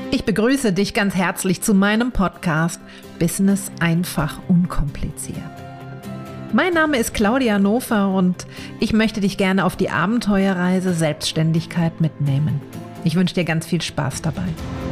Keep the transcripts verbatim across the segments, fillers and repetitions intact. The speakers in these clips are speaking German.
Ich begrüße dich ganz herzlich zu meinem Podcast Business einfach unkompliziert. Mein Name ist Claudia Nofer und ich möchte dich gerne auf die Abenteuerreise Selbstständigkeit mitnehmen. Ich wünsche dir ganz viel Spaß dabei.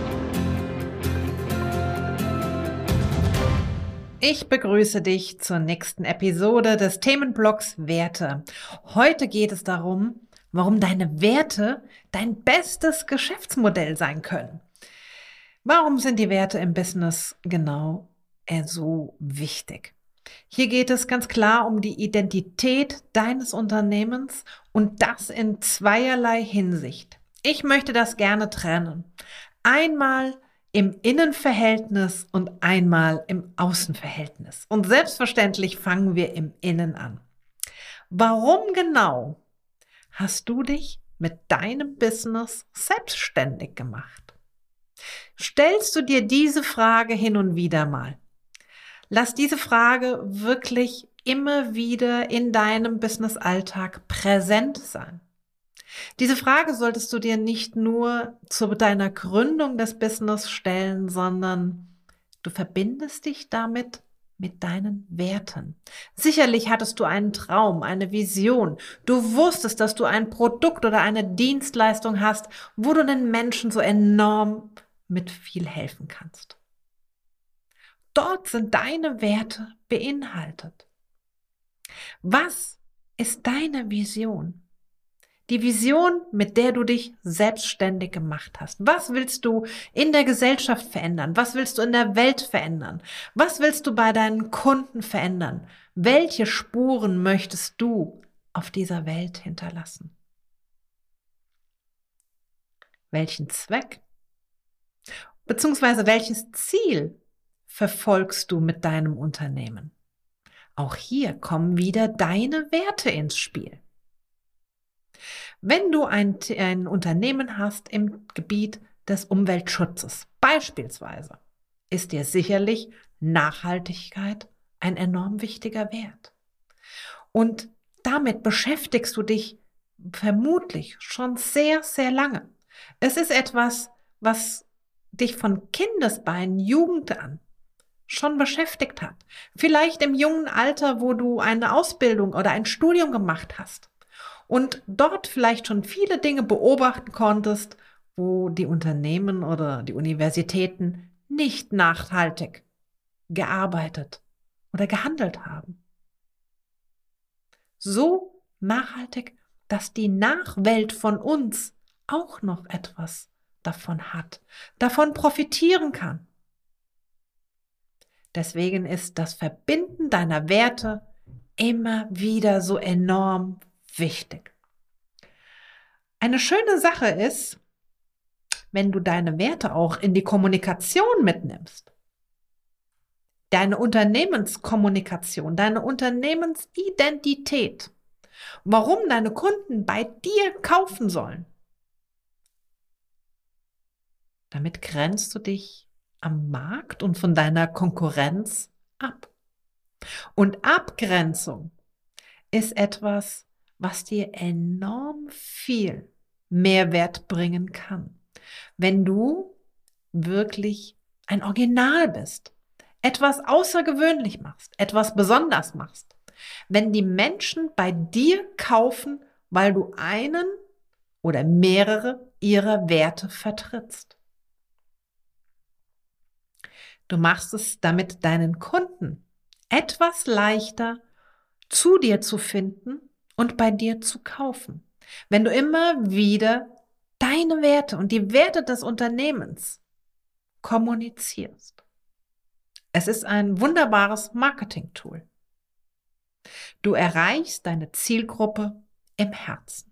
Ich begrüße dich zur nächsten Episode des Themenblocks Werte. Heute geht es darum, warum deine Werte dein bestes Geschäftsmodell sein können. Warum sind die Werte im Business genau so wichtig? Hier geht es ganz klar um die Identität deines Unternehmens und das in zweierlei Hinsicht. Ich möchte das gerne trennen. Einmal im Innenverhältnis und einmal im Außenverhältnis. Und selbstverständlich fangen wir im Innen an. Warum genau hast du dich mit deinem Business selbstständig gemacht? Stellst du dir diese Frage hin und wieder mal? Lass diese Frage wirklich immer wieder in deinem Business-Alltag präsent sein. Diese Frage solltest du dir nicht nur zu deiner Gründung des Business stellen, sondern du verbindest dich damit mit deinen Werten. Sicherlich hattest du einen Traum, eine Vision. Du wusstest, dass du ein Produkt oder eine Dienstleistung hast, wo du den Menschen so enorm mit viel helfen kannst. Dort sind deine Werte beinhaltet. Was ist deine Vision? Die Vision, mit der du dich selbstständig gemacht hast. Was willst du in der Gesellschaft verändern? Was willst du in der Welt verändern? Was willst du bei deinen Kunden verändern? Welche Spuren möchtest du auf dieser Welt hinterlassen? Welchen Zweck? Beziehungsweise welches Ziel verfolgst du mit deinem Unternehmen? Auch hier kommen wieder deine Werte ins Spiel. Wenn du ein, ein Unternehmen hast im Gebiet des Umweltschutzes, beispielsweise, ist dir sicherlich Nachhaltigkeit ein enorm wichtiger Wert. Und damit beschäftigst du dich vermutlich schon sehr, sehr lange. Es ist etwas, was dich von Kindesbeinen, Jugend an schon beschäftigt hat. Vielleicht im jungen Alter, wo du eine Ausbildung oder ein Studium gemacht hast und dort vielleicht schon viele Dinge beobachten konntest, wo die Unternehmen oder die Universitäten nicht nachhaltig gearbeitet oder gehandelt haben. So nachhaltig, dass die Nachwelt von uns auch noch etwas davon hat, davon profitieren kann. Deswegen ist das Verbinden deiner Werte immer wieder so enorm wichtig. Eine schöne Sache ist, wenn du deine Werte auch in die Kommunikation mitnimmst. Deine Unternehmenskommunikation, deine Unternehmensidentität. Warum deine Kunden bei dir kaufen sollen. Damit grenzt du dich am Markt und von deiner Konkurrenz ab. Und Abgrenzung ist etwas, was dir enorm viel Mehrwert bringen kann, wenn du wirklich ein Original bist, etwas außergewöhnlich machst, etwas besonders machst. Wenn die Menschen bei dir kaufen, weil du einen oder mehrere ihrer Werte vertrittst. Du machst es damit deinen Kunden etwas leichter, zu dir zu finden und bei dir zu kaufen. Wenn du immer wieder deine Werte und die Werte des Unternehmens kommunizierst. Es ist ein wunderbares Marketing-Tool. Du erreichst deine Zielgruppe im Herzen.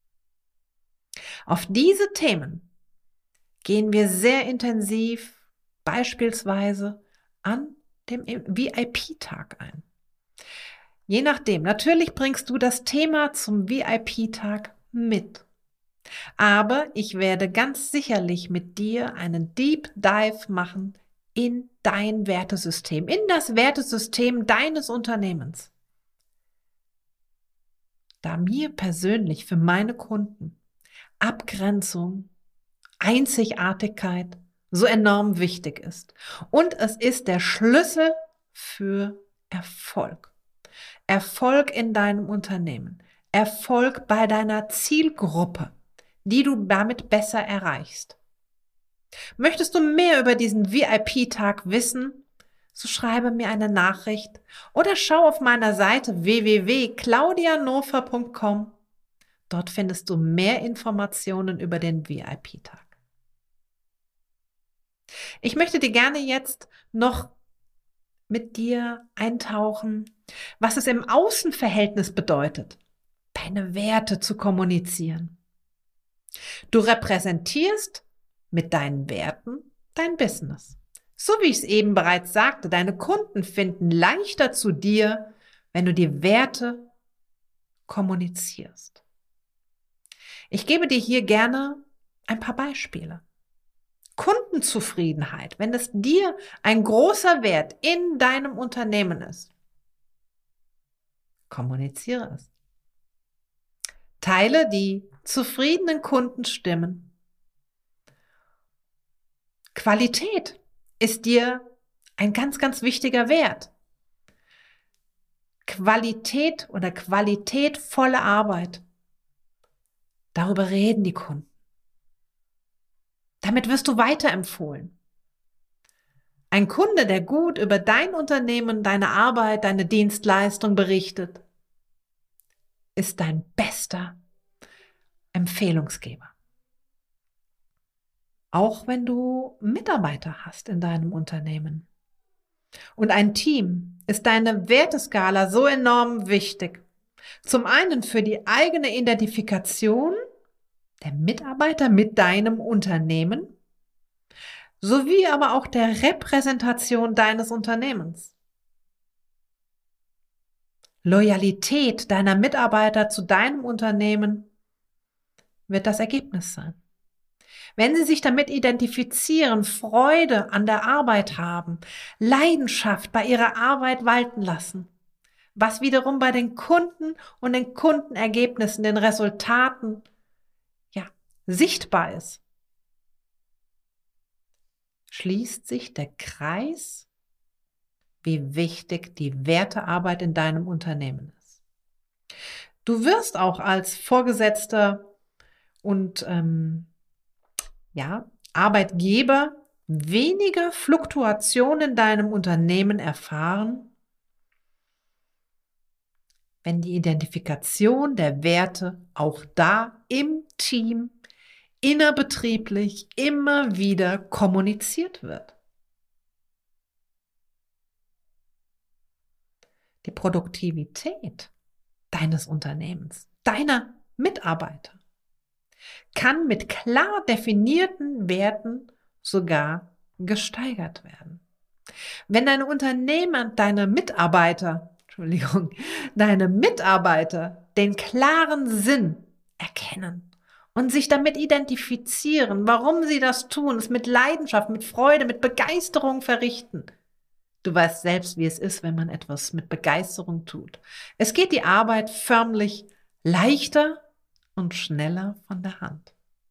Auf diese Themen gehen wir sehr intensiv beispielsweise an dem V I P-Tag ein. Je nachdem, natürlich bringst du das Thema zum V I P-Tag mit. Aber ich werde ganz sicherlich mit dir einen Deep Dive machen in dein Wertesystem, in das Wertesystem deines Unternehmens. Da mir persönlich für meine Kunden Abgrenzung, Einzigartigkeit so enorm wichtig ist. Und es ist der Schlüssel für Erfolg. Erfolg in deinem Unternehmen. Erfolg bei deiner Zielgruppe, die du damit besser erreichst. Möchtest du mehr über diesen V I P-Tag wissen? So schreibe mir eine Nachricht oder schau auf meiner Seite w w w punkt claudia nofer punkt com. Dort findest du mehr Informationen über den V I P-Tag. Ich möchte dir gerne jetzt noch mit dir eintauchen, was es im Außenverhältnis bedeutet, deine Werte zu kommunizieren. Du repräsentierst mit deinen Werten dein Business. So wie ich es eben bereits sagte, deine Kunden finden leichter zu dir, wenn du die Werte kommunizierst. Ich gebe dir hier gerne ein paar Beispiele. Kundenzufriedenheit, wenn es dir ein großer Wert in deinem Unternehmen ist, kommuniziere es. Teile die zufriedenen Kundenstimmen. Qualität ist dir ein ganz, ganz wichtiger Wert. Qualität oder qualitätvolle Arbeit. Darüber reden die Kunden. Damit wirst du weiterempfohlen. Ein Kunde, der gut über dein Unternehmen, deine Arbeit, deine Dienstleistung berichtet, ist dein bester Empfehlungsgeber. Auch wenn du Mitarbeiter hast in deinem Unternehmen und ein Team, ist deine Werteskala so enorm wichtig. Zum einen für die eigene Identifikation der Mitarbeiter mit deinem Unternehmen, sowie aber auch der Repräsentation deines Unternehmens. Loyalität deiner Mitarbeiter zu deinem Unternehmen wird das Ergebnis sein. Wenn sie sich damit identifizieren, Freude an der Arbeit haben, Leidenschaft bei ihrer Arbeit walten lassen, was wiederum bei den Kunden und den Kundenergebnissen, den Resultaten, ja, sichtbar ist, schließt sich der Kreis, wie wichtig die Wertearbeit in deinem Unternehmen ist. Du wirst auch als Vorgesetzter und ähm, ja, Arbeitgeber weniger Fluktuation in deinem Unternehmen erfahren, wenn die Identifikation der Werte auch da im Team, innerbetrieblich immer wieder kommuniziert wird. Die Produktivität deines Unternehmens, deiner Mitarbeiter, kann mit klar definierten Werten sogar gesteigert werden. Wenn dein Unternehmen, deine Mitarbeiter, Entschuldigung, deine Mitarbeiter den klaren Sinn erkennen und sich damit identifizieren, warum sie das tun, es mit Leidenschaft, mit Freude, mit Begeisterung verrichten. Du weißt selbst, wie es ist, wenn man etwas mit Begeisterung tut. Es geht die Arbeit förmlich leichter und schneller von der Hand.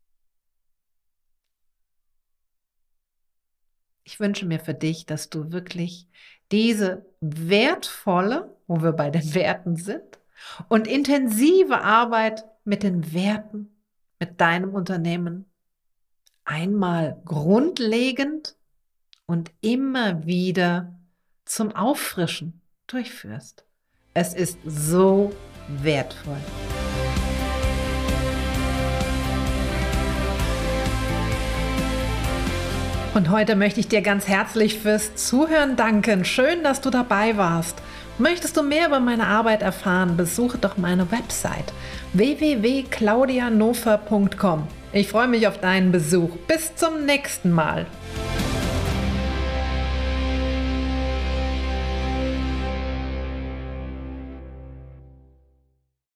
Ich wünsche mir für dich, dass du wirklich diese wertvolle, wo wir bei den Werten sind, und intensive Arbeit mit den Werten, mit deinem Unternehmen einmal grundlegend und immer wieder zum Auffrischen durchführst. Es ist so wertvoll. Und heute möchte ich dir ganz herzlich fürs Zuhören danken. Schön, dass du dabei warst. Möchtest du mehr über meine Arbeit erfahren, besuche doch meine Website w w w punkt claudia nofer punkt com. Ich freue mich auf deinen Besuch. Bis zum nächsten Mal.